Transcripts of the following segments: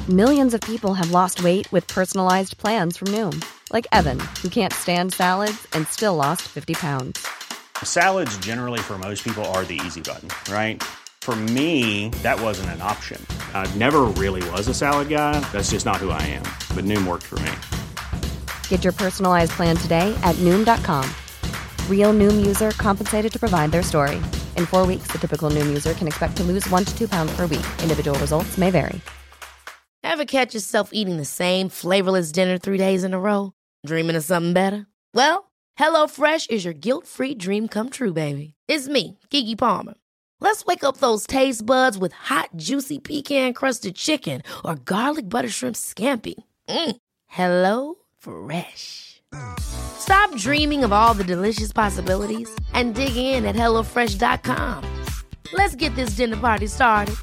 Millions of people have lost weight with personalized plans from Noom. Like Evan, who can't stand salads and still lost 50 pounds. Salads generally for most people are the easy button, right? For me, that wasn't an option. I never really was a salad guy. That's just not who I am. But Noom worked for me. Get your personalized plan today at Noom.com. Real Noom user compensated to provide their story. In 4 weeks, the typical Noom user can expect to lose 1 to 2 pounds per week. Individual results may vary. Ever catch yourself eating the same flavorless dinner 3 days in a row? Dreaming of something better? Well, HelloFresh is your guilt-free dream come true, baby. It's me, Keke Palmer. Let's wake up those taste buds with hot, juicy pecan-crusted chicken or garlic butter shrimp scampi. Hello Fresh. Stop dreaming of all the delicious possibilities and dig in at HelloFresh.com. Let's get this dinner party started.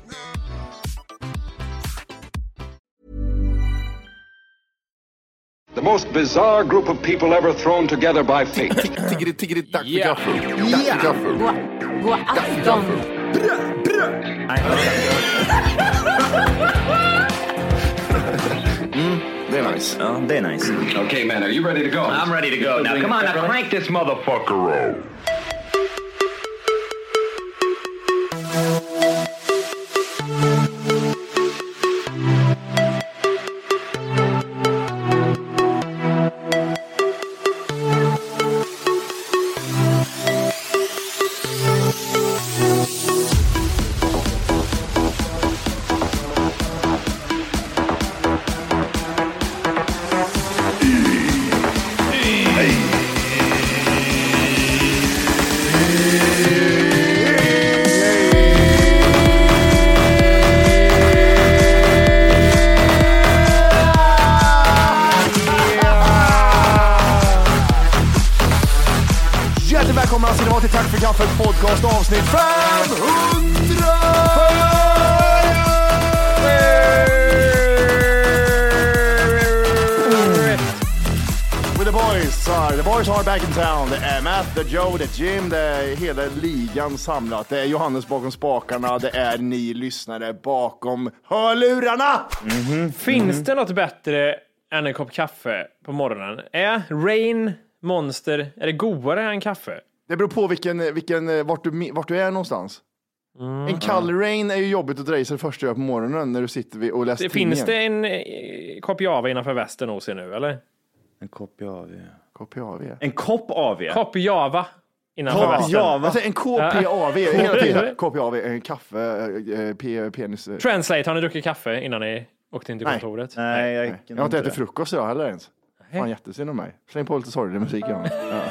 The most bizarre group of people ever thrown together by fate. Tiggeri, tack för gaffel. Tack för gaffel. God afton. Det är nice. Ja, det är nice. Okay, man, are you ready to go? I'm ready to go. Now, come on, now crank this motherfucker up. Tack för kaffet podcast avsnitt 500! With the boys, the boys are back in town. Det är Matt, det är Joe, det är Jim, det är hela ligan samlat. Det är Johannes bakom spakarna, det är ni lyssnare bakom hörlurarna. Finns det något bättre än en kopp kaffe på morgonen? Är Rain Monster, är det godare än kaffe? Det beror på vart du är någonstans. En kall Rain är ju jobbigt att dra i sig det första du gör på morgonen när du sitter och läser tidningen. Finns det en kopp Java innanför västen hos er nu, eller? En kopp Java. En kopp AV? Kopp Java innanför västen. Alltså en KPAV hela tiden. KPAV, en kaffe, penis. Translate, har ni druckit kaffe innan ni åkte in till kontoret? Nej, jag har inte ätit frukost idag heller ens. Fan, jättesynd om mig. Släng på lite sorglig musik. Ja.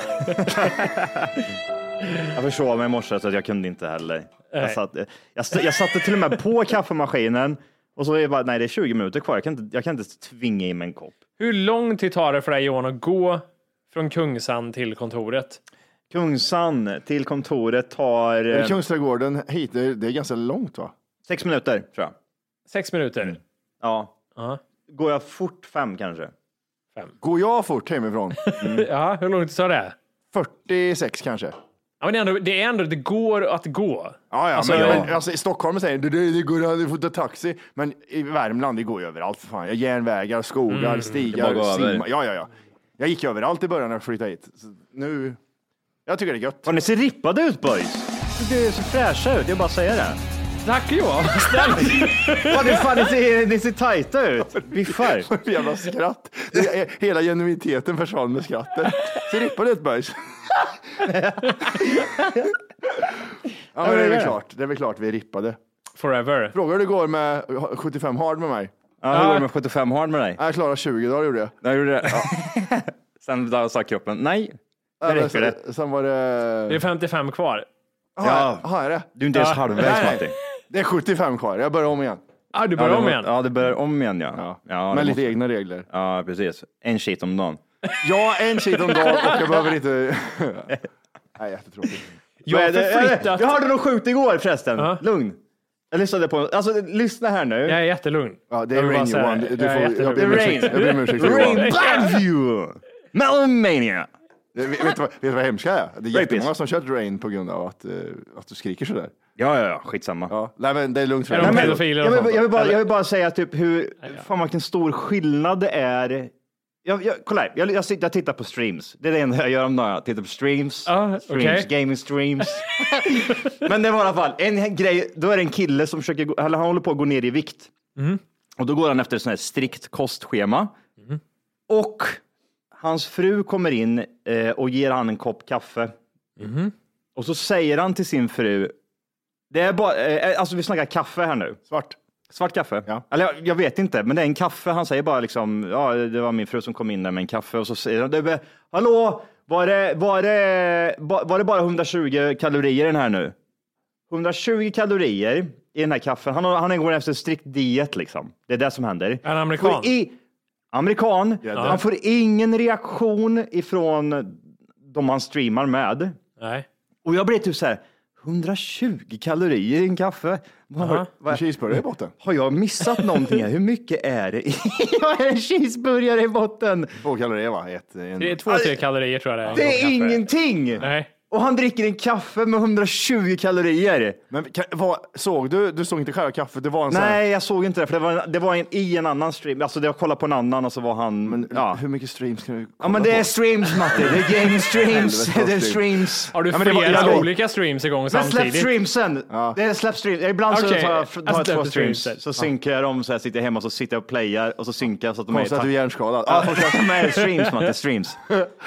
Jag försov mig i morse så att jag kunde inte heller. Jag satte till och med på kaffemaskinen och så är det bara, nej, det är 20 minuter kvar. Jag kan inte tvinga in en kopp. Hur lång tid tar det för dig, Johan, att gå från Kungsan till kontoret? Kungsan till kontoret tar... Kungsträdgården hit, det är ganska långt, va? 6 minuter, tror jag. 6 minuter? Ja. Går jag fort 5 kanske? 5. Går jag fort hemifrån? Ja, hur långt tar det? 46 kanske. Ja, men det går att gå. Ja, alltså, men i Stockholm säger det går att få ta taxi, men i Värmland det går ju överallt för fan. Järnvägar, skogar, stigar, simma. Ja. Jag gick överallt i början när jag flyttade hit. Så nu jag tycker det är gött. Har ni ser rippade ut, boys? Det är så fräscha ut, jag bara säger det. Tack Johan. Ni ser tajta ut. Biffar. Jävla skratt. Hela genuiniteten försvann med skrattet. Ser rippade ut, boys. Ja, men det är väl klart vi är rippade. Forever. Frågar hur det går med 75 hard med mig. Ja, hur går det med 75 hard med dig? Jag klarar 20 dagar, gjorde jag. Jag gjorde det. Ja. Sen då sa kroppen, nej. Det räcker det. Sen var det... Det är 55 kvar. Ja, är det? Du är inte ens halvvägs, Matti. Det är 75 kvar, jag börjar om igen. Ja, du börjar om igen? Ja, du börjar om igen, ja. Med lite egna regler. Ja, precis. En shit om dagen. Ja, en shit om dagen och jag behöver inte... Nej, jättetråkigt. Jag hörde något sjukt igår förresten. Lugn. Jag lyssnade på... Alltså, lyssna här nu. Jag är jättelugn. Ja, det är Rain Johan. Jag ber om ursäkt. Rain Blackview! Melomania! Vet du vad hemska är? Det är jättemånga som kört Rain på grund av att du skriker sådär. Ja, skitsamma. Ja. Nej, men det är lugnt. Är de pedofiler och sånt? Jag vill bara säga typ fan vilken stor skillnad det är. Kolla här, jag tittar på streams. Det är det enda jag gör om dagen. Jag tittar på streams, gaming streams. Men det var i alla fall en grej. Då är det en kille som han håller på att gå ner i vikt. Och då går han efter ett sånt här strikt kostschema. Och hans fru kommer in och ger han en kopp kaffe. Och så säger han till sin fru, det är bara, alltså vi snackar kaffe här nu. Svart kaffe? Ja. Eller jag vet inte, men det är en kaffe. Han säger bara liksom, ja det var min fru som kom in där med en kaffe. Och så säger han, hallå, var det bara 120 kalorier i den här nu? 120 kalorier i den här kaffen. Han går efter strikt diet liksom. Det är det som händer. En amerikan? Amerikan. Han får ingen reaktion ifrån de han streamar med. Nej. Och jag blir typ så här, 120 kalorier i en kaffe. En cheeseburgare i botten. Har jag missat någonting här? Hur mycket är det? Jag är en cheeseburgare i botten. 2 kalorier va? Det är 2-3 kalorier tror jag det är. Det är ingenting! Nej. Och han dricker en kaffe med 120 kalorier. Men såg du såg inte själva kaffet? Det var en Nej, jag såg inte det. För det var i en annan stream. Alltså jag kollade på en annan och så var han... Men hur mycket streams kan du kolla Ja, men det är streams, Matti. Det är game streams. Det är streams. Har du flera olika streams igång samtidigt? Men släpp streamsen. Ja. Det är släpp streams. Ibland så tar jag 2 streams. Så synkar jag dem så jag sitter hemma och så sitter jag och playar och så synkar jag så att de är... Konstigt att du är hjärnskadad. Ja, med streams, Matti. Streams.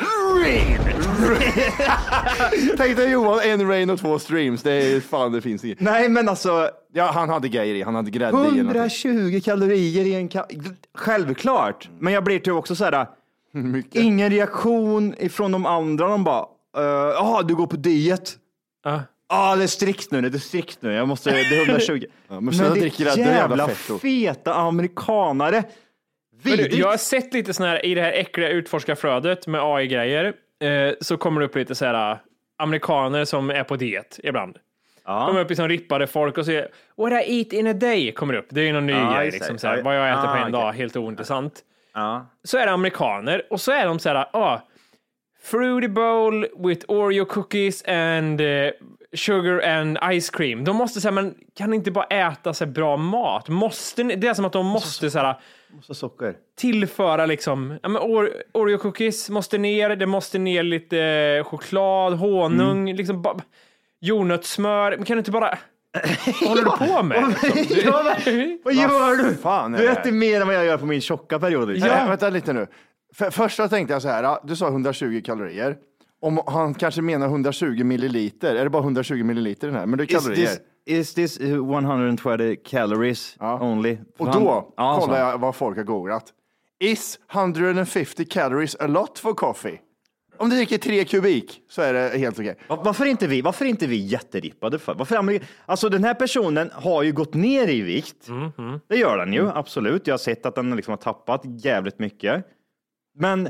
Tänk dig Johan, en rain och 2 streams. Det är fan, det finns inget. Nej, men alltså... Ja, han hade grejer i. Han hade grädde i. 120 kalorier i en självklart. Men jag blir typ också så här... Ingen reaktion ifrån de andra. De bara... du går på diet. Det är strikt nu. Det är strikt nu. Jag måste... Det är 120. Men det är jävla feta amerikanare. Jag har sett lite sån här i det här äckliga utforskarflödet med AI-grejer. Så kommer det upp lite så här amerikaner som är på diet ibland. Kommer upp liksom rippade folk och säger what I eat in a day kommer upp. Det är ju någon ny grej liksom så här, vad jag äter på en dag, helt ointressant. Så är det amerikaner och så är de så här fruity bowl with Oreo cookies and sugar and ice cream. De måste säga, men kan inte bara äta sig bra mat? Det är som att de måste så här socker. Tillföra liksom, Oreo cookies måste ner, det måste ner lite choklad, honung, liksom jordnötssmör. Men kan du inte bara vad håller du på med? Liksom? Vad gör du? Fan, du äter mer än vad jag gör på min tjocka period. Vänta lite nu. Först tänkte jag så här, du sa 120 kalorier. Om han kanske menar 120 milliliter, är det bara 120 milliliter den här? Men det är kalorier. Is this 120 calories only? Och då kollar jag vad folk har googlat. Is 150 calories a lot for coffee? Om du dricker 3 kubik så är det helt okej. Varför inte vi jätterippade för? Alltså den här personen har ju gått ner i vikt. Det gör den ju, absolut. Jag har sett att den liksom har tappat jävligt mycket. Men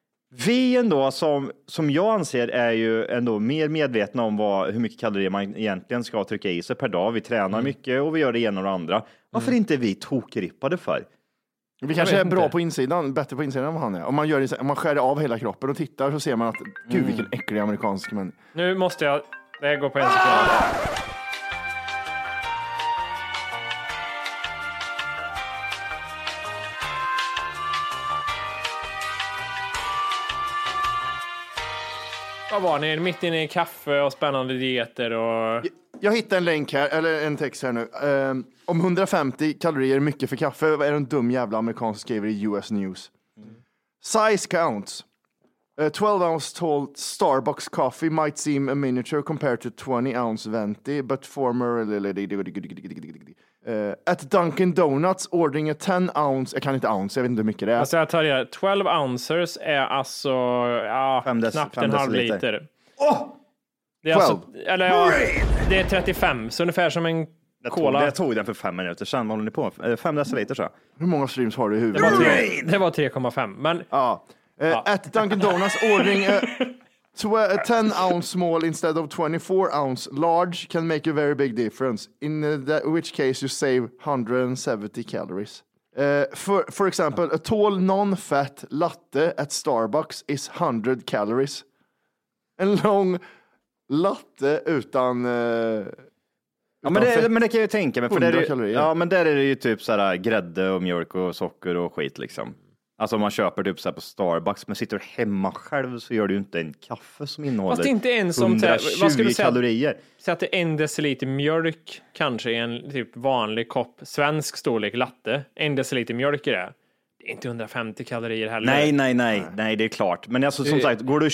vi ändå som jag anser är ju ändå mer medvetna om hur mycket kalorier man egentligen ska trycka i sig per dag. Vi tränar mycket och vi gör det ena och det andra. Varför inte vi tokrippade för? Vi kanske är bra på insidan, bättre på insidan än vad han är. Om man skär av hela kroppen och tittar så ser man att gud vilken äcklig amerikansk man. Nu måste jag gå på en sekund. Vad var ni? Mitt inne i kaffe och spännande dieter och... Jag hittade en länk här, eller en text här nu. Om 150 kalorier är mycket för kaffe, vad är det en dum jävla amerikan som skriver i US News? Size counts. 12 ounce tall Starbucks coffee might seem a miniature compared to 20 ounce venti, but former... at Dunkin Donuts ordering a 10 ounce... Jag kan inte ounce, jag vet inte hur mycket det är. Alltså jag tar det. 12 ounces är alltså knappt en halv liter. Det är alltså, det är 35, så ungefär som en cola. Jag tog den för 5 minuter sedan. Vad håller ni på med? 5 deciliter så. Hur många streams har du i huvudet? Det var 3,5. Men at Dunkin Donuts ordering a 10 ounce small instead of 24 ounce large can make a very big difference. In which case you save 170 calories. For example, a tall non-fat latte at Starbucks is 100 calories. En lång latte utan Ja, men det kan jag ju tänka mig. För där är det ju typ så här grädde och mjölk och socker och skit liksom. Alltså om man köper typ så här på Starbucks, men sitter du hemma själv så gör du ju inte en kaffe som innehåller fast inte ens som 120 kalorier. Så att det är 1 deciliter mjölk kanske i en typ vanlig kopp svensk storlek latte. 1 deciliter mjölk i det. Det är inte 150 kalorier heller. Nej, det är klart. Men alltså som sagt, går du och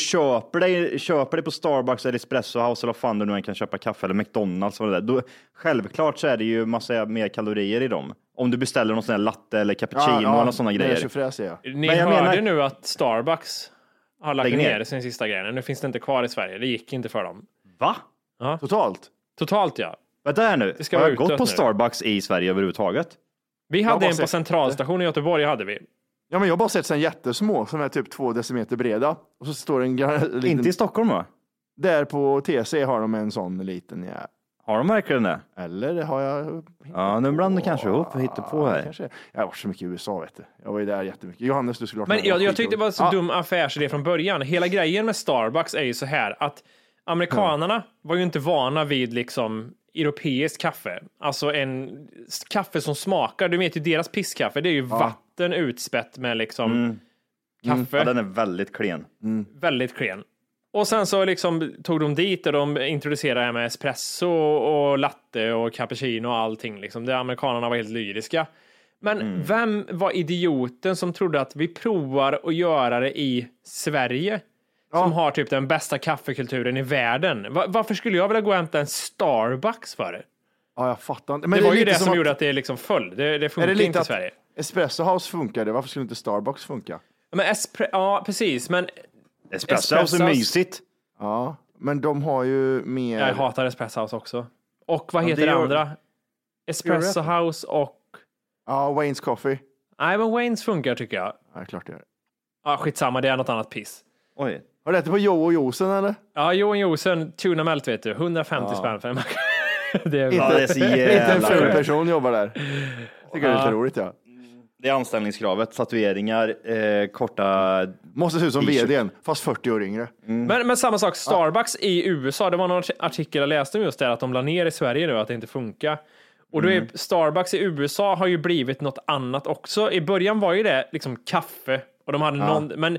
köper dig på Starbucks eller Espresso House eller vad fan du nu kan köpa kaffe eller McDonalds och det där, då självklart så är det ju massa mer kalorier i dem. Om du beställer någon sån här latte eller cappuccino eller såna grejer. Ni hörde nu att Starbucks har lagt ner sin sista grej. Nu finns det inte kvar i Sverige. Det gick inte för dem. Va? Ja. Totalt, ja. Vad är det nu? Det ska har vara jag gått på nu. Starbucks i Sverige överhuvudtaget? Vi hade en på centralstation i Göteborg hade vi. Ja, men jag har bara sett sen jättesmå som är typ 2 decimeter breda. Och så står en liten... Inte i Stockholm va? Där på TC har de en sån liten Har de verkligen det? Eller har jag... Ja, nu blandar du kanske ihop och hittar på här. Kanske. Jag har varit så mycket i USA, vet du. Jag var ju där jättemycket. Johannes, du skulle ha... Men jag tyckte det var så dum affärsidé från början. Hela grejen med Starbucks är ju så här att amerikanerna var ju inte vana vid liksom europeisk kaffe. Alltså en kaffe som smakar. Du vet ju deras pisskaffe. Det är ju vatten utspätt med liksom kaffe. Ja, den är väldigt klen. Väldigt klen. Och sen så liksom tog de dit och de introducerade det här med espresso och latte och cappuccino och allting. Liksom. Det amerikanerna var helt lyriska. Men vem var idioten som trodde att vi provar att göra det i Sverige? Som har typ den bästa kaffekulturen i världen. Varför skulle jag vilja gå och hämta en Starbucks för det? Ja, jag fattar inte. Men det var ju det som gjorde att det liksom föll. Det funkar inte i Sverige. Espresso House funkar det. Varför skulle inte Starbucks funka? Men ja, precis. Men Espresso House är mysigt. Ja, men de har ju mer... Jag hatar Espresso House också. Och vad heter det andra? Espresso House och... Ja, Wayne's Coffee. Nej, men Wayne's funkar tycker jag. Ja, klart det gör. Ja, skitsamma. Det är något annat piss. Oj. Har du ätit på Joe och Josen eller? Ja, Joe och Josen, tuna melt vet du. 150 spänn för en macka. Det är inte en ful person jobbar där. Tycker det är lite roligt, ja. Det är anställningskravet, tatueringar, korta... Måste se ut som vdn, fast 40 år yngre. Men samma sak, Starbucks i USA, det var någon artikel jag läste om just där, att de la ner i Sverige nu, att det inte funkar. Och då är Starbucks i USA har ju blivit något annat också. I början var ju det liksom kaffe, och de hade men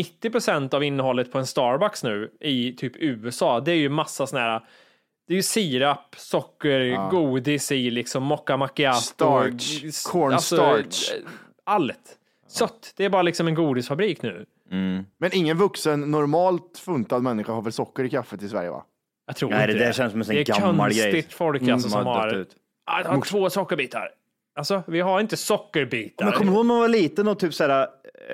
90% av innehållet på en Starbucks nu i typ USA, det är ju massa såna här, det är ju sirap, socker, godis i liksom mocca macchiato, starch, cornstarch, allt. Sött, det är bara liksom en godisfabrik nu. Men ingen vuxen, normalt funtad människa har väl socker i kaffet i Sverige, va? Jag tror inte det. Känns som en gammal grej. Det är konstigt folk alltså, som har 2 sockerbitar. Alltså, vi har inte sockerbitar. Men kommer du ihåg när man var liten och typ såhär...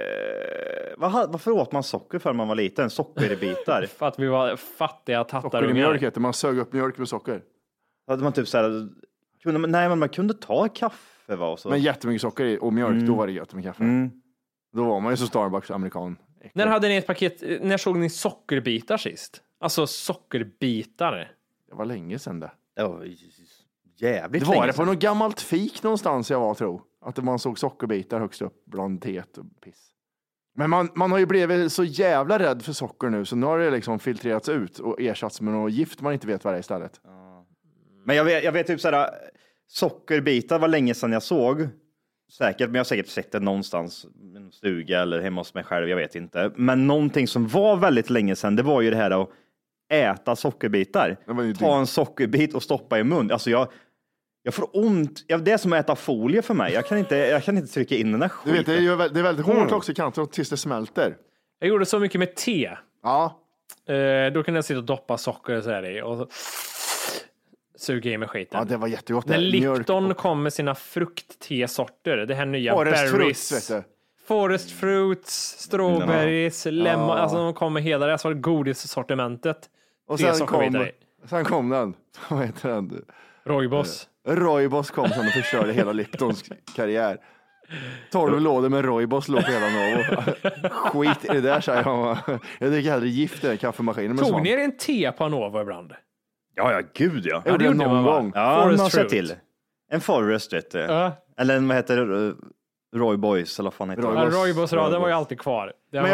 varför åt man socker för när man var liten? Sockerbitar. För att vi var fattiga tattarungar. Socker i mjölk heter man sög upp mjölk med socker. Hade man typ såhär... men man kunde ta kaffe va? Och så. Men jättemycket socker i och mjölk, då var det gött med kaffe. Då var man ju så Starbucks-amerikan. När hade ni ett paket, när såg ni sockerbitar sist? Alltså sockerbitar. Det var länge sedan det. Jävligt det var det på något gammalt fik någonstans jag var, tro. Att man såg sockerbitar högst upp bland teet och piss. Men man har ju blivit så jävla rädd för socker nu, så nu har det liksom filtrerats ut och ersatts med något gift man inte vet vad det är istället. Men jag vet typ såhär, sockerbitar var länge sedan jag såg. Säkert, men jag har säkert sett det någonstans i en stuga eller hemma hos mig själv, jag vet inte. Men någonting som var väldigt länge sedan, det var ju det här att äta sockerbitar. Ta en sockerbit och stoppa i mun. Alltså jag får ont. Det är som att äta folie för mig. Jag kan inte trycka in den där skiten. Du vet, det är väldigt hårt också i kanten tills det smälter. Jag gjorde så mycket med te. Ja. Då kunde jag sitta och doppa socker så här i och så suga i mig skiten. Ja, det var jättegott. När Lipton kom med sina fruktttesorter, det här nya Forest berries. Fruits, vet du. Forest fruits, strawberries, lemon, alltså de kom med hela det, så var det godissortimentet. Och sen kom den. Vad heter den? Roybos. Roybos kom sen och förstörde hela Liptons karriär. 12 lådor med Roybos låg på hela Novo. Skit i det där, säger jag. Jag dricker hellre gift i den kaffemaskinen. Tog ni en te på Novo ibland? Ja, gud ja. Jag gjorde någon gång. Ja, man ser till. En Forest, vet du. Eller en, vad heter det? Royboys, eller vad fan heter det? Roybos-raden var ju alltid kvar. Men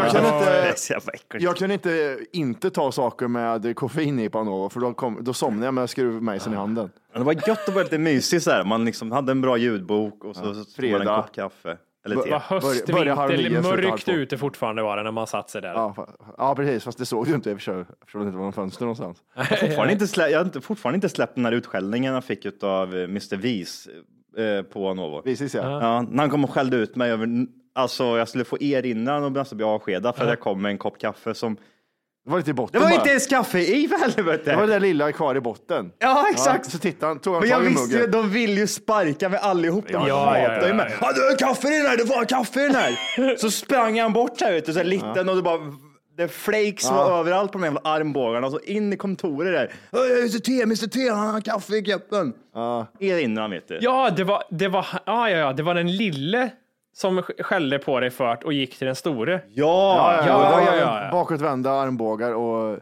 jag kan inte ta saker med koffein i på Novo, för då somnar jag med skruvmejseln i handen. Det var gött att vara lite mysigt så här. Man liksom hade en bra ljudbok och så tog man en kopp kaffe. Eller te. Vad höstvinter, mörkt ute fortfarande var det när man satt sig där. Ja, precis. Fast det såg du inte eftersom det inte var någon fönster någonstans. Jag har fortfarande inte släppt den här utskällningen jag fick av Mr. Vis på Novo. Visis, ja. Ja, när han kom och skällde ut mig över... Alltså, jag skulle få erinran och nästan bli avskedad för att jag kom med en kopp kaffe som... Det var lite i botten. Det var inte ens kaffe i för helvete. Det var det där lilla kvar i botten. Ja, exakt. Ja, så tittade han, tog han men jag tag i visste ju, de vill ju sparka med allihop. Ja, du har kaffe i den här, du får ha kaffe i den här. Så sprang han bort här, vet du, så här liten och det bara... Det flakes var överallt på de jävla armbågarna. Så in i kontoret där. Mr. T, han har kaffe i käppen. Innan, vet du. Ja, det var den lille som skällde på dig för och gick till den store. Ja. Bakåtvända armbågar och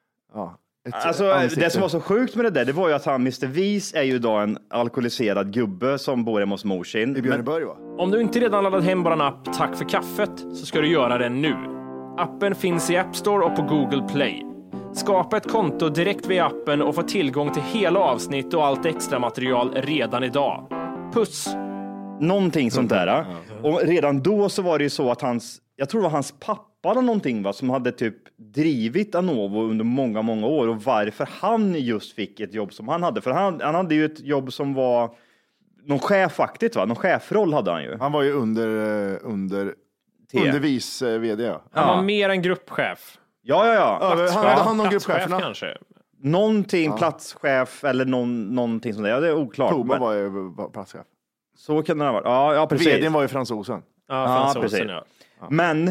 det som var så sjukt med det var ju att han, Mr. Vis, är ju idag en alkoholiserad gubbe som bor hemma hos morsin. I Björneborg, va? Om du inte redan laddat hem bara app Tack för kaffet så ska du göra det nu. Appen finns i App Store och på Google Play. Skapa ett konto direkt via appen och få tillgång till hela avsnitt och allt extra material redan idag. Puss! Någonting sånt där. Och redan då så var det ju så att jag tror det var hans pappa eller någonting som hade typ drivit Anovo under många, många år. Och varför han just fick ett jobb som han hade. För han hade ju ett jobb som var någon chefaktigt, va? Någon chefroll hade han ju. Han var ju under vice vd. Han var mer än gruppchef. Ja. Han hade hand om gruppcheferna. Kanske. Någonting, platschef eller någonting som det. Ja, det är oklart. Toba var ju platschef. Så kan det ha varit. Ja, precis. Vdn var ju fransosen. Ja, precis. Ja. Men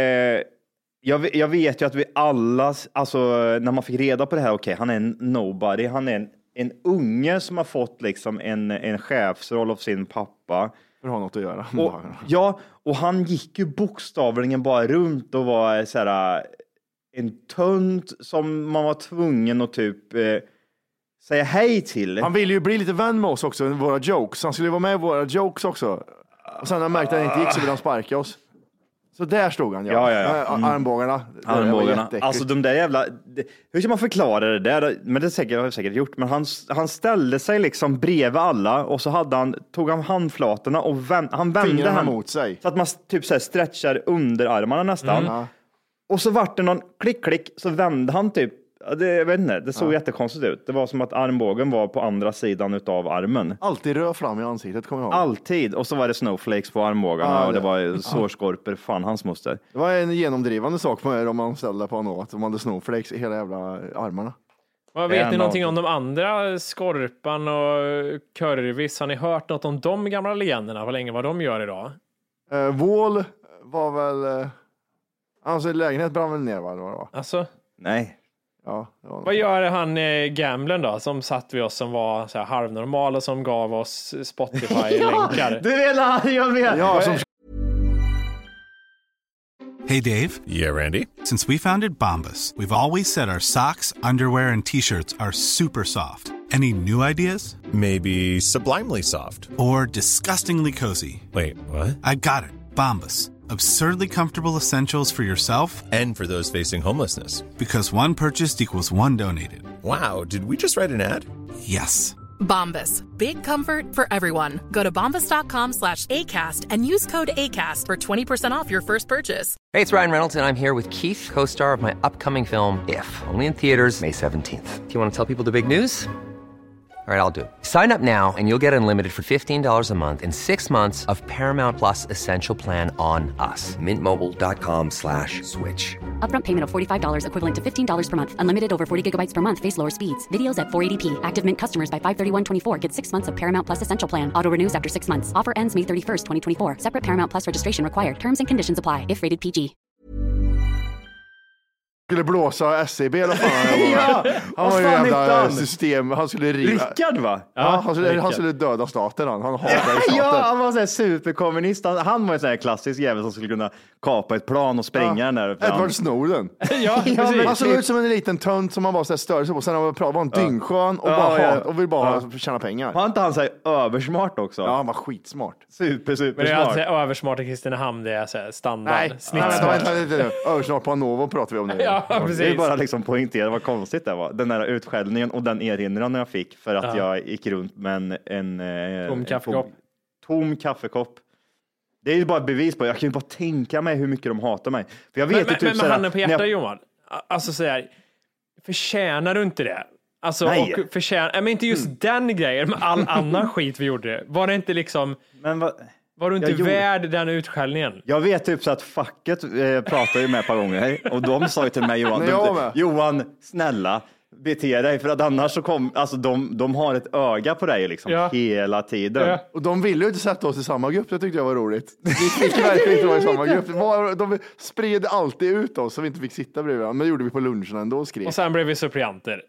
jag vet ju att vi alla, alltså när man fick reda på det här, okej, han är en nobody, han är en unge som har fått liksom en chefsroll av sin pappa. För att ha något att göra. Och han gick ju bokstavligen bara runt och var så här en tönt som man var tvungen att typ säga hej till. Han ville ju bli lite vän med oss också, våra jokes. Han skulle vara med i våra jokes också. Och sen när han märkte att det inte gick så ville han sparka oss. Så där stod han, Armbågarna. Alltså de där jävla... Hur ska man förklara det där? Men det har jag säkert gjort. Men han ställde sig liksom bredvid alla och så tog han handflatorna och han vände han mot sig. Så att man typ så här stretchar underarmarna nästan. Och så vart det någon klick, så vände han typ. Jag vet inte, det såg jättekonstigt ut. Det var som att armbågen var på andra sidan utav armen. Alltid rör fram i ansiktet, kommer jag ihåg. Alltid. Och så var det snowflakes på armbågarna och det var sårskorpor, fan hans moster. Det var en genomdrivande sak med om man ställde på något. Om man hade snowflakes i hela jävla armarna. Vad vet ni någonting om de andra? Skorpan och Körvis? Har ni hört något om de gamla legenderna? Vad länge vad de gör idag? Wall var väl... Alltså lägenhet brann väl ner, va? Alltså? Nej. Ja, vad gör han Gamlen då, som satt vid oss som var så här halvnormal och som gav oss Spotify-länkar? Du vet, jag vet. Ja, Hey Dave. Yeah, Randy. Since we founded Bombas, we've always said our socks, underwear, and t-shirts are super soft. Any new ideas? Maybe sublimely soft. Or disgustingly cozy. Wait, what? I got it. Bombas. Absurdly comfortable essentials for yourself and for those facing homelessness. Because one purchased equals one donated. Wow, did we just write an ad? Yes. Bombas. Big comfort for everyone. Go to bombas.com/ACAST and use code ACAST for 20% off your first purchase. Hey, it's Ryan Reynolds, and I'm here with Keith, co-star of my upcoming film, If, only in theaters May 17th. Do you want to tell people the big news? All right, I'll do it. Sign up now and you'll get unlimited for $15 a month and 6 months of Paramount Plus Essential Plan on us. MintMobile.com/switch. Upfront payment of $45 equivalent to $15 per month. Unlimited over 40 gigabytes per month. Face lower speeds. Videos at 480p. Active Mint customers by 531.24 get 6 months of Paramount Plus Essential Plan. Auto renews after 6 months. Offer ends May 31st, 2024. Separate Paramount Plus registration required. Terms and conditions apply if rated PG. Skulle blåsa SEB eller fan. Han var ju jävla system. Han skulle riva. Rickard, va? Ja, han skulle döda staten. Han hatar staten. Ja, han var så här superkommunist. Han var en sån här klassisk jävel som skulle kunna kapa ett plan och spränga den där. Edward Snowden. Han såg ut som en liten tönt som man bara så här störde sig på. Sen var han dyngskön och vill bara tjäna pengar. Var inte han så här översmart också? Ja, han var skitsmart. Super men det är alltså översmart i Kristinehamn, det är så här standard. Nej, översmart på Anovo pratar vi om nu. precis. Det är bara liksom poängtera vad konstigt det var. Den där utskällningen och den erinran jag fick för att jag gick runt med en tom kaffekopp. Det är ju bara bevis på, jag kan ju bara tänka mig hur mycket de hatar mig. För jag vet men handen på hjärtat, Johan. Alltså så här, förtjänar du inte det? Alltså, nej. Och men inte just den grejen, men all annan skit vi gjorde. Var det inte liksom... Var du inte värd den utskällningen? Jag vet typ så att facket pratar ju med ett par gånger och de sa ju till mig, Johan, snälla, bete dig, för att annars så de har ett öga på dig liksom hela tiden. Ja. Och de ville ju inte sätta oss i samma grupp, det tyckte jag var roligt. Vi fick verkligen inte vara i samma grupp. De spred alltid ut oss så vi inte fick sitta bredvid varandra. Men det gjorde vi på lunchen ändå och skrev. Och sen blev vi suppleanter.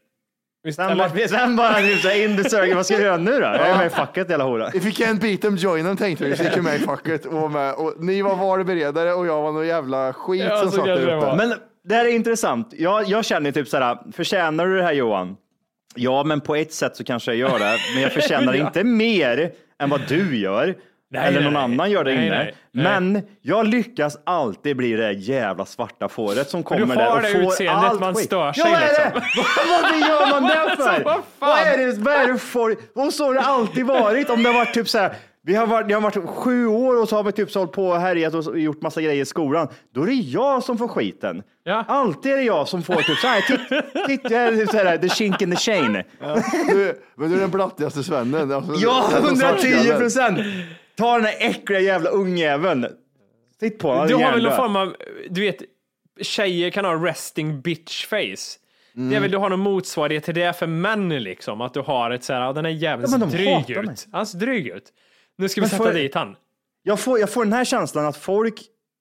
Sen bara in the circle. Vad ska jag göra nu då? Jag är med i facket hela hora. If you can't beat them, join them, tänkte vi. Så gick med i facket och ni var varuberedare och jag var någon jävla skit som satt där uppe. Men det här är intressant. Jag känner typ såhär, förtjänar du det här, Johan? Ja, men på ett sätt så kanske jag gör det. Men jag förtjänar inte mer än vad du gör. Eller någon annan gör det inne. Men jag lyckas alltid bli det jävla svarta fåret som kommer där och får utseendet allt man stör sig. Ja, liksom. Vad gör man det för? Vad är det för? Och så har det alltid varit. Om det har varit typ så här, jag har varit 7 år och så har vi typ hållit på och härjat och gjort massa grejer i skolan. Då är det jag som får skiten. Ja. Alltid är det jag som får typ så här, titta, the chink in the chain. Ja. Men du är den blattigaste svennen. Alltså, ja, 110%. Ta den här äckliga jävla ungjäveln. Titt på du har väl någon form av, du vet, tjejer kan ha resting bitch face. Det är väl, du har någon motsvarighet till det för män liksom, att du har ett så här, den är jävligt dryg ut. Han ser dryg ut. Nu ska vi sätta dit han. Jag får den här känslan att folk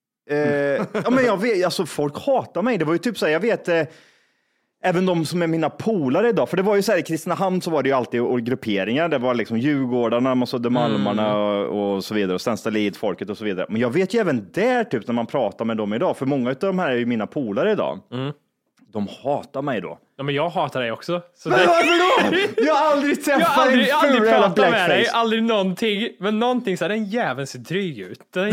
ja, men jag vet, alltså folk hatar mig. Det var ju typ så här, jag vet även de som är mina polare idag, för det var ju så här i Kristinehamn så var det ju alltid grupperingar, det var liksom Djurgårdarna, man sådde Malmarna och så vidare och Stenstallid, folket och så vidare. Men jag vet ju även där typ när man pratar med dem idag, för många av de här är ju mina polare idag. De hatar mig då. Ja, men jag hatar dig också. Så men varför då? Jag har aldrig träffat en ful jävla blackface. Med dig, aldrig någonting. Men någonting så här, den jäveln ser dryg ut. Den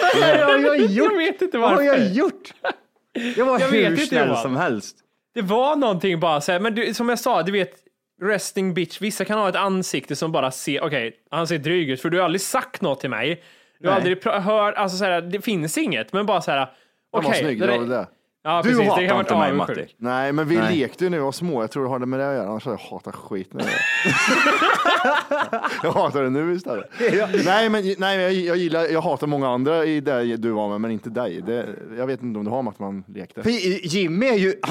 jag vet inte varför. Vad har jag gjort? Jag var hur snäll som helst. Det var någonting bara så här, men du, som jag sa, du vet, resting bitch, vissa kan ha ett ansikte som bara ser, okej, han ser dryg ut, för du har aldrig sagt något till mig. Du har aldrig hört, alltså så här, det finns inget, men bara så här, okej. Det. Ja, du precis, hatar inte mig, Matti. Nej, men vi lekte ju när vi var små. Jag tror det har det med det att göra. Annars hade jag hatat skit med det. Jag hatar det nu istället. Jag hatar många andra i det du var med, men inte dig. Jag vet inte om du har med att man lekte. För Jimmy är ju,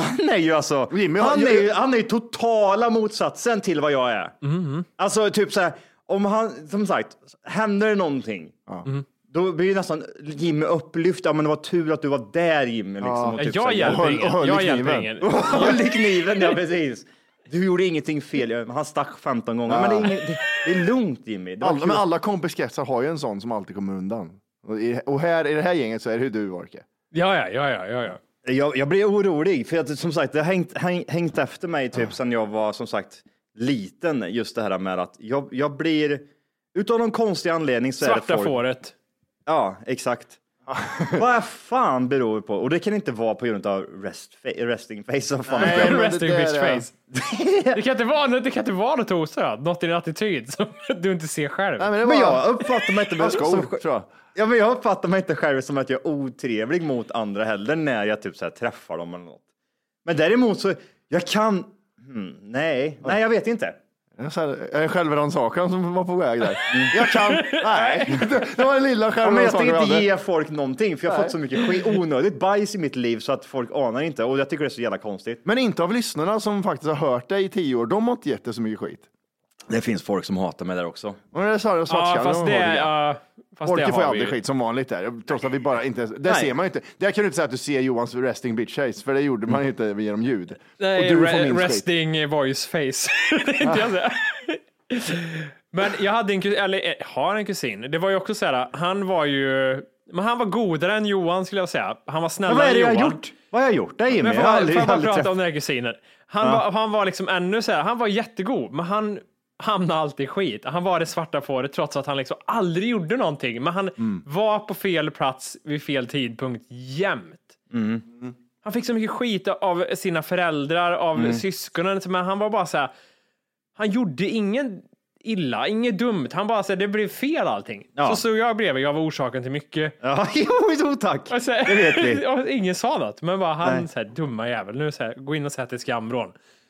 han är ju totala motsatsen till vad jag är. Alltså typ så här, om han, som sagt, händer det någonting. Då blir ju nästan Jimmy upplyft. Ja, men det var tur att du var där, Jimmy. Liksom, typ jag hjälper ingen. Håll i kniven, ja precis. Du gjorde ingenting fel. Han stack 15 gånger. Men det är lugnt, Jimmy. Men alla kompiskretsar har ju en sån som alltid kommer undan. Och här i det här gänget så är det hur du, Orke. Ja. Jag blir orolig. För att, som sagt, det har hängt efter mig typ sedan jag var, som sagt, liten. Just det här med att jag blir... Utav någon konstig anledning så svarta är det fåret. Ja, exakt. Vad fan beror det på? Och det kan inte vara på grund av resting face. Nej, resting bitch face. Det kan inte vara något osöd. Något i din attityd som du inte ser själv. Nej, men jag uppfattar mig inte jag uppfattar mig inte själv som att jag är otrevlig mot andra heller när jag typ så här träffar dem eller något. Men däremot så jag kan nej, jag vet inte. En självrannsakan som var på väg där. Jag kan. Nej. Det var en lilla självrannsakan. Men jag tänkte inte ge folk någonting, för jag har fått så mycket onödigt bajs i mitt liv så att folk anar inte. Och jag tycker det är så jävla konstigt. Men inte av lyssnarna som faktiskt har hört dig i 10 år. De har inte gett dig så mycket skit. Det finns folk som hatar mig där också. Och det är så fast Orke får ju aldrig skit som vanligt där. Trots att vi bara inte... Det ser man ju inte. Det kan du inte säga att du ser Johans resting bitch face. För det gjorde man inte genom ljud. Nej, resting voice face. Det är inte jag säger. Men jag hade har en kusin. Det var ju också så här, han var godare än Johan, skulle jag säga. Han var snällare än Johan. Vad har jag gjort? Det är men får jag bara prata om den här kusinen. Han var liksom ännu så här, han var jättegod, men han hamnade alltid i skit. Han var det svarta fåret trots att han liksom aldrig gjorde någonting. Men han var på fel plats vid fel tidpunkt jämt. Han fick så mycket skit av sina föräldrar, av syskonen, men han var bara så här, han gjorde ingen inget dumt. Han bara säger det blev fel allting. Så jag bredvid, jag var orsaken till mycket. Ja, jo tack. Alltså, det vet vi. Ingen sa något, men bara han så här, dumma jävel, nu så här, gå in och sätt i skamvrån.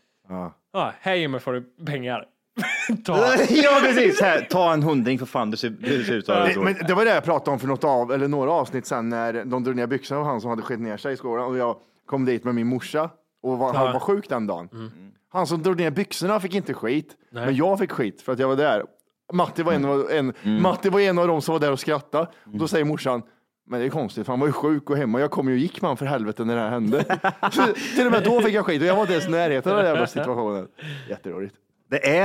Hej, men får du pengar. Ja, precis. Här, ta en hundring för fan, det ser ut men det var det jag pratade om för några avsnitt sen, när de drog ner byxorna och han som hade skett ner sig i skolan, och jag kom dit med min morsa och han var sjuk den dagen. Han som drog ner byxorna fick inte skit, men jag fick skit för att jag var där. Matti var en av dem som var där och skrattade. Och då säger morsan, men det är konstigt, för han var ju sjuk och hemma. Jag kom ju och gick man för helvete när det här hände. Till och med då fick jag skit och jag var inte ens närheten av den jävla situationen. Jätteroligt. Det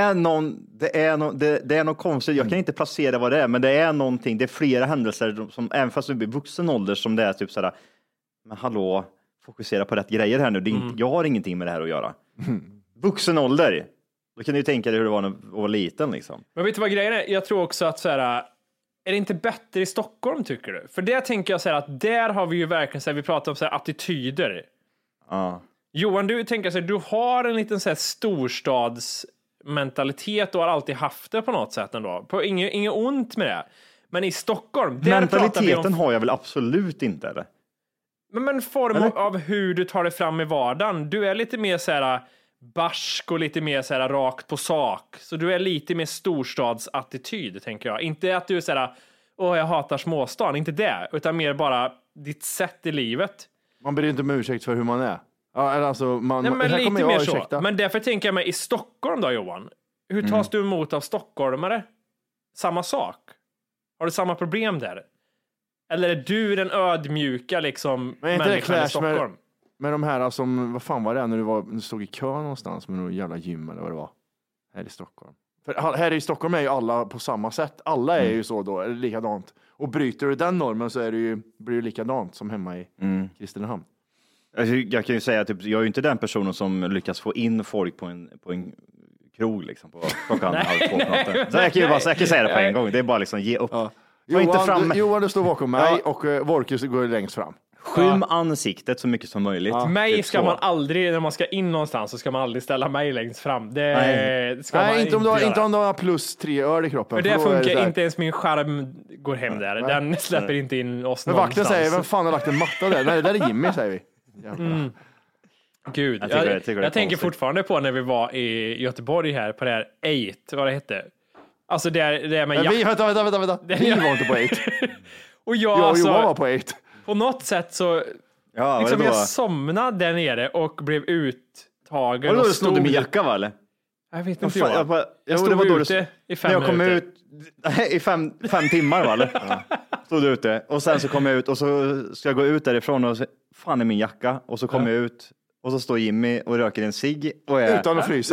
är något konstigt. Jag kan inte placera vad det är, men det är någonting. Det är flera händelser som, även fast du blir vuxen ålder, som det är typ sådär, men hallå, fokusera på rätt grejer här nu. Det är inte, jag har ingenting med det här att göra. Vuxen ålder. Då kan du ju tänka dig hur det var när du var liten liksom. Men vet du vad grejen är? Jag tror också att så här, är det inte bättre i Stockholm, tycker du? För det tänker jag så här, att där har vi ju verkligen så här, vi pratar om så här attityder. Johan, du tänker så här, du har en liten så här storstadsmentalitet och har alltid haft det på något sätt ändå. Inget ont med det. Men i Stockholm, där mentaliteten har jag väl absolut inte, eller? Men form av hur du tar dig fram i vardagen. Du är lite mer så här barsk och lite mer så här rakt på sak. Så du är lite mer storstadsattityd, tänker jag. Inte att du är så här, jag hatar småstan, inte det, utan mer bara ditt sätt i livet. Man ber inte om ursäkt för hur man är. Ja, alltså men lite mer så. Men därför tänker jag mig i Stockholm då, Johan. Hur tas du emot av stockholmare? Samma sak. Har du samma problem där? Eller är du den ödmjuka liksom människan i Stockholm? Med de här som, vad fan var det när du stod i kö någonstans med någon jävla gym eller vad det var? Här i Stockholm. För här i Stockholm är ju alla på samma sätt. Alla är ju så då, eller likadant. Och bryter du den normen så är blir det likadant som hemma i Kristinehamn. Jag kan ju säga typ, jag är ju inte den personen som lyckas få in folk på en krog liksom på klockan halv 2 på natten. Så jag kan säga det på en gång. Det är bara liksom ge upp. Johan, du står bakom mig och Vorkus går längst fram. Skym ansiktet så mycket som möjligt. Mig typ ska så. Man aldrig, när man ska in någonstans så ska man aldrig ställa mig längst fram. Det ska man inte om du har plus 3 öl i kroppen. För det funkar, inte ens min skärm går hem där. Den släpper inte in oss men någonstans. Vakten säger, vem fan har lagt en matta där? Nej, det där är Jimmy, säger vi. Gud, jag tänker fortfarande på när vi var i Göteborg här på det här 8, vad det hette. Alltså det är med vänta. Vi var inte på 8. Och jag var på 8. På något sätt så liksom jag somnade där nere och blev uttagen. Och stod du med jacka, va, eller? Jag vet inte. Jag stod ute i 5 minuter. Jag kom ut i 5 timmar, va, eller? Stod ute. Och sen så kom jag ut och så ska jag gå ut därifrån och så, fan är min jacka. Och så kom jag ut och så står Jimmy och röker en cigg. Utan att frysa.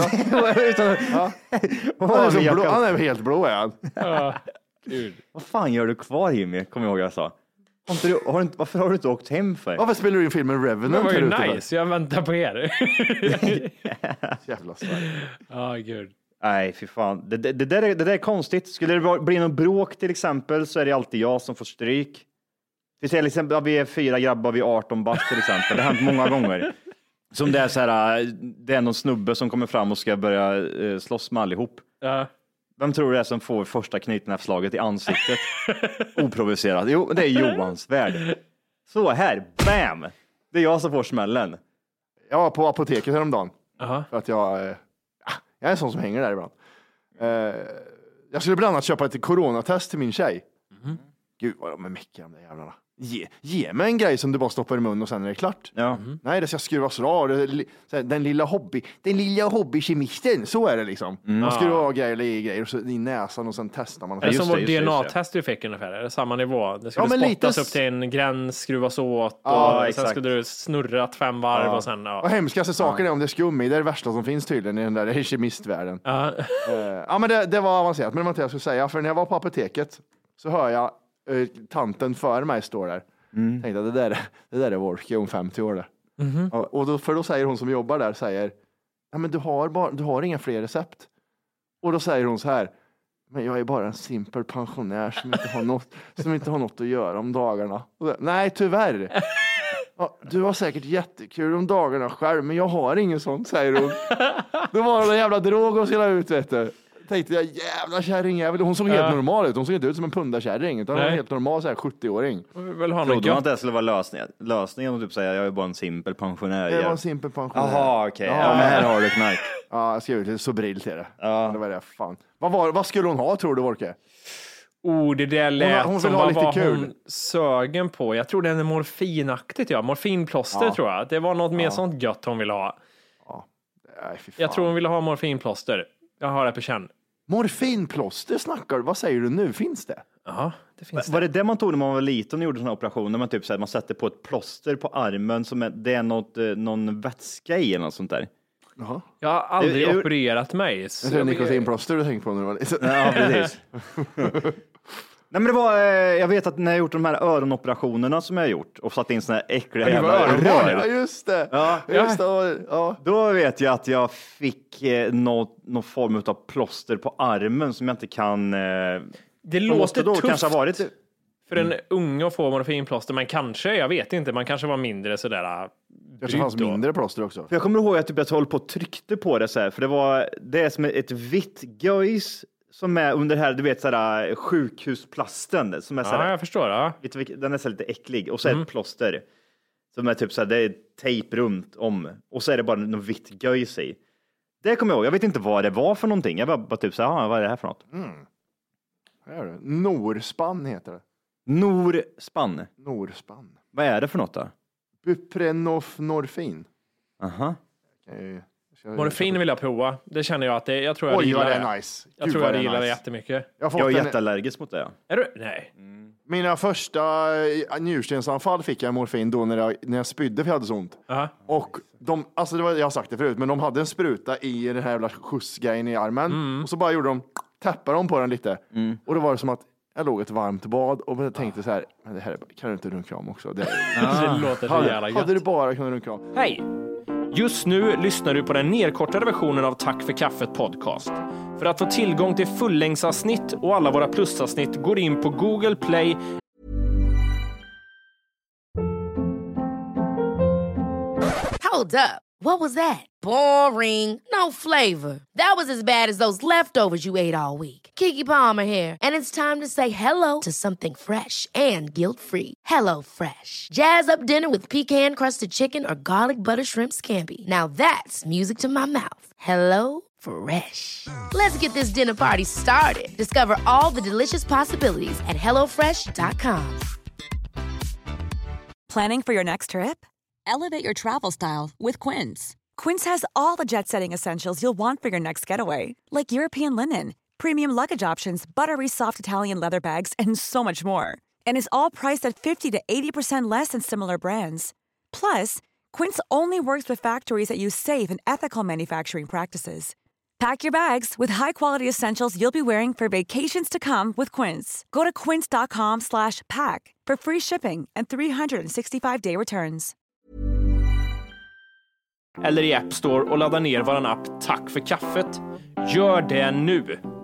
Han är helt blå, är han. Vad fan gör du kvar, Jimmy? Kommer jag ihåg jag sa. Varför har du inte åkt hem för? Varför spelar du in filmen Revenant? Det var ju nice, jag väntar på er. Jävla Sverige. Gud. Nej, fy fan. Det där är konstigt. Skulle det bli någon bråk till exempel så är det alltid jag som får stryk. Vi ser liksom, vi är 4 grabbar, vi är 18 bast till exempel. Det har hänt många gånger. Som det är så här, det är någon snubbe som kommer fram och ska börja slåss med allihop. Vem tror du det är som får första knytnävsslaget i ansiktet? Oprovocerat. Jo, det är Johans värld. Så här, bam! Det är jag som får smällen. Jag var på apoteket häromdagen. För att jag är en sån som hänger där ibland. Jag skulle bland annat köpa ett coronatest till min tjej. Gud vad de är mäckiga, de där jävlarna. Ge mig en grej som du bara stoppar i mun och sen är det klart. Nej, det ska skruvas rar. Den lilla hobbykemisten, så är det liksom. Man skruvar av grejer och så i näsan och sen testar man. Är det som vårt DNA-test du fick ungefär? Är det samma nivå? Det skulle spottas upp till en gräns, skruvas åt och sen skulle du snurra 5 varv och sen... Och hemskaste saker är om det är skum i. Det är det värsta som finns tydligen i den där kemistvärlden. Men det var avancerat. Men det var inte jag skulle säga. För när jag var på apoteket så hör jag tanten för mig står där. Tänkte att det där är Wolfie om 50 år där. Och då säger hon som jobbar där, säger, ja, men du har inga fler recept. Och då säger hon så här, men jag är bara en simpel pensionär som inte har något att göra om dagarna. Nej, tyvärr. Ja, du har säkert jättekul om dagarna själv, men jag har ingen sån, säger hon. Då var det en jävla drog och skulle ut, vet du. Tänkte jag, jävla kärringjävel. Hon såg helt normal ut. Hon såg inte ut som en pundarkärring, utan hon var helt normal, så här 70-åring. Trodde man att det skulle vara lösningen och typ säga, jag är bara en simpel pensionär. Jag var en simpel pensionär. Jaha, okej. Ja, men här har du knark. Ja, jag skrev lite Sobril till det. Ja. Det var det, fan. Vad skulle hon ha, tror du, Vorke? Det där lät hon som vad var kul. Hon sögen på. Jag tror det är morfinaktigt, ja. Morfinplåster tror jag. Det var något mer sånt gött hon ville ha. Ja. Nej, fy fan. Jag tror hon ville ha morfinplåster. Jag har det på känn. Morfinplåster snackar du? Vad säger du nu? Finns det? Ja, det finns. Var det man tog när man var liten och gjorde såna operationer? Man typ så här, man sätter på ett plåster på armen som det är någon vätska i eller något sånt där. Jaha. Jag har aldrig opererat mig. Det är nikotinplåster du tänker på när du var liten. Ja, precis. Nej, men det var, jag vet att när jag gjort de här öronoperationerna som jag har gjort och satt in såna här äckliga jävla rör. Ja, just det. Ja. Just det. Ja. Då vet jag att jag fick någon form av plåster på armen som jag inte kan... Det låter då tufft kanske ha varit för en unge att få morfinplåster, men kanske, jag vet inte, man kanske var mindre sådär. Det fanns mindre plåster också. För jag kommer ihåg att jag höll på och tryckte på det så här, för det är som ett vitt göjs som är under här, du vet, sådär sjukhusplasten som är sådär. Ja, jag förstår. Ja. Den är så lite äcklig och så är ett plåster som är typ såhär, det är tejp runt om och så är det bara något vitt göjs i. Det kommer jag ihåg. Jag vet inte vad det var för någonting. Jag bara typ såhär, vad är det här för något? Norspann heter det. Norspann. Vad är det för något då? Buprenorfin. Aha. Morfin vill jag prova. Det känner jag att jag tror jag gillar det. Är nice. Jag tror jag gillar det jättemycket. Jag är jätteallergisk mot det. Är du? Nej. Mina första njurstensanfall fick jag morfin då när jag spydde, för jag hade så ont. Och alltså jag har sagt det förut, men de hade en spruta i den här jävla skjutsgrejen i armen. Och så bara tappade de på den lite. Och då var det som att jag låg ett varmt bad och jag tänkte så här, men det här kan du inte runka om också. Det låter så jävla gött. Hade du bara kunnat runka om. Hej! Just nu lyssnar du på den nedkortade versionen av Tack för kaffet podcast. För att få tillgång till fullängdsavsnitt och alla våra plusavsnitt går in på Google Play. Hold up. What was that? Boring. No flavor. That was as bad as those leftovers you ate all week. Keke Palmer here. And it's time to say hello to something fresh and guilt-free. Hello Fresh. Jazz up dinner with pecan-crusted chicken or garlic butter shrimp scampi. Now that's music to my mouth. Hello Fresh. Let's get this dinner party started. Discover all the delicious possibilities at hellofresh.com. Planning for your next trip? Elevate your travel style with Quince. Quince has all the jet-setting essentials you'll want for your next getaway, like European linen, premium luggage options, buttery soft Italian leather bags, and so much more. And is all priced at 50 to 80% less than similar brands. Plus, Quince only works with factories that use safe and ethical manufacturing practices. Pack your bags with high-quality essentials you'll be wearing for vacations to come with Quince. Go to quince.com/pack for free shipping and 365-day returns. Eller i App Store och ladda ner våran app Tack för kaffet. Gör det nu!